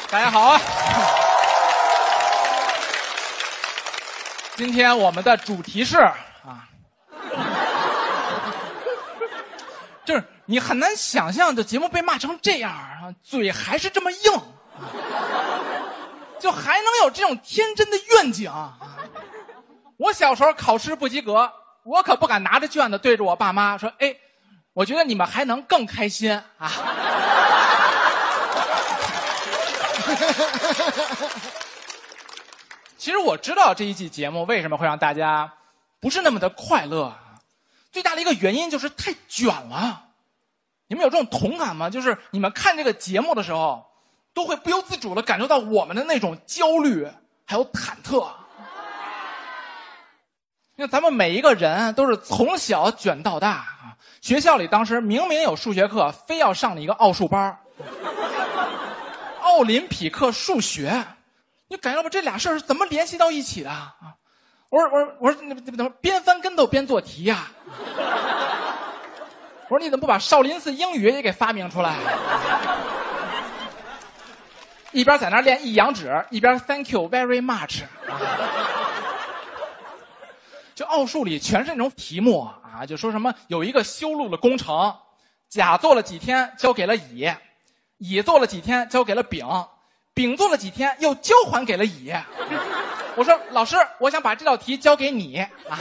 大家好啊！今天我们的主题是啊，就是你很难想象这节目被骂成这样啊，嘴还是这么硬，就还能有这种天真的愿景。我小时候考试不及格，我可不敢拿着卷子对着我爸妈说：“哎，我觉得你们还能更开心啊。”其实我知道这一季节目为什么会让大家不是那么的快乐，最大的一个原因就是太卷了。你们有这种同感吗？就是你们看这个节目的时候，都会不由自主的感受到我们的那种焦虑还有忐忑。因为咱们每一个人都是从小卷到大啊，学校里当时明明有数学课，非要上你一个奥数班，奥林匹克数学，你感觉到吧？这俩事儿是怎么联系到一起的啊？我说，那边翻跟头边做题呀、我说你怎么不把少林寺英语也给发明出来？一边在那练一阳指，一边 Thank you very much。就奥数里全是那种题目啊，就说什么有一个修路的工程，甲做了几天交给了乙，乙做了几天交给了丙，丙做了几天又交还给了乙。我说老师，我想把这道题交给你啊。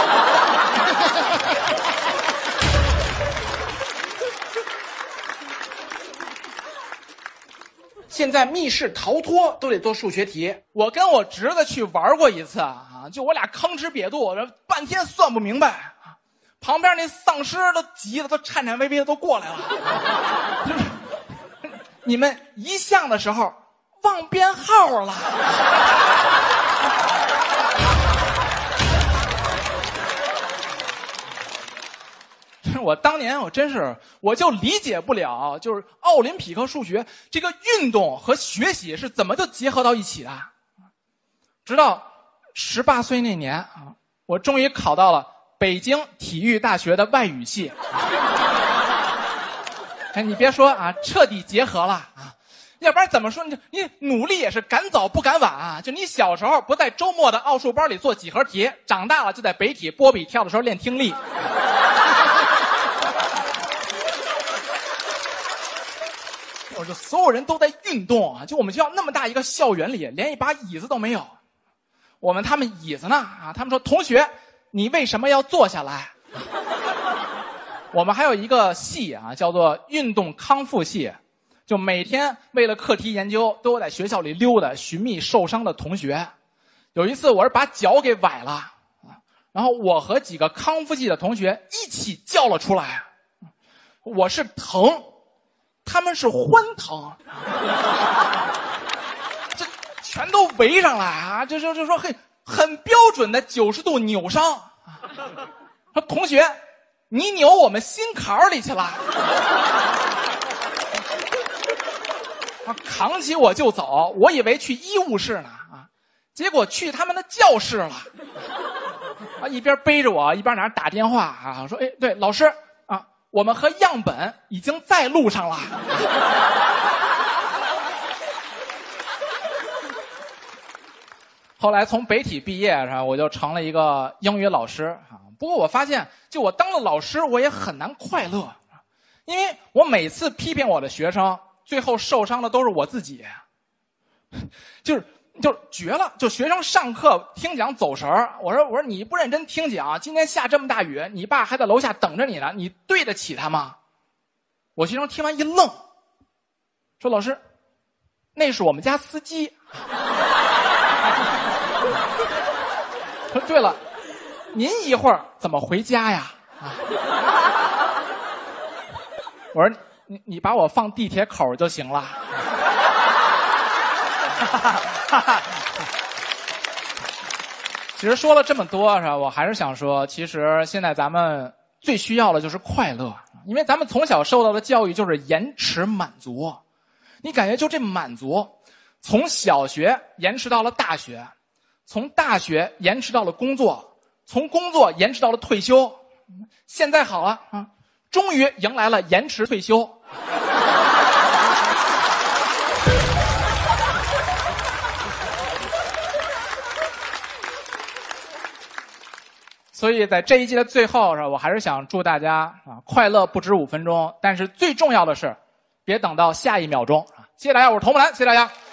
现在密室逃脱都得做数学题，我跟我侄子去玩过一次啊，就我俩吭哧瘪肚，半天算不明白，旁边那丧尸都急得都颤颤巍巍的都过来了。就是你们一项的时候忘编号了。我当年我就理解不了，就是奥林匹克数学这个运动和学习是怎么就结合到一起的。直到18岁那年啊，我终于考到了北京体育大学的外语系。哎，你别说啊，彻底结合了啊！要不然怎么说你努力也是赶早不赶晚啊？就你小时候不在周末的奥数班里做几何题，长大了就在北体波比跳的时候练听力。我就所有人都在运动啊！就我们学校那么大一个校园里，连一把椅子都没有。我问他们椅子呢啊，他们说同学，你为什么要坐下来？我们还有一个系啊，叫做运动康复系，就每天为了课题研究，都在学校里溜达，寻觅受伤的同学。有一次我是把脚给崴了啊，然后我和几个康复系的同学一起叫了出来，我是疼。他们是欢腾，这全都围上来啊！就说很标准的90度扭伤。说同学，你扭我们心坎里去了。扛起我就走，我以为去医务室呢啊，结果去他们的教室了。啊，一边背着我，一边在那打电话啊，说哎，对，老师。我们和样本已经在路上了。后来从北体毕业，我就成了一个英语老师啊。不过我发现，就我当了老师，我也很难快乐，因为我每次批评我的学生，最后受伤的都是我自己。就是绝了！就学生上课听讲走神儿，我说你不认真听讲，今天下这么大雨，你爸还在楼下等着你呢，你对得起他吗？我学生听完一愣，说老师，那是我们家司机。说对了，您一会儿怎么回家呀？我说你把我放地铁口就行了。其实说了这么多是吧，我还是想说，其实现在咱们最需要的就是快乐，因为咱们从小受到的教育就是延迟满足。你感觉就这满足，从小学延迟到了大学，从大学延迟到了工作，从工作延迟到了退休，现在好了啊，终于迎来了延迟退休。 所以在这一季的最后，是吧，我还是想祝大家啊，快乐不止5分钟，但是最重要的是，别等到下一秒钟啊！谢谢大家，我是童木兰，谢谢大家。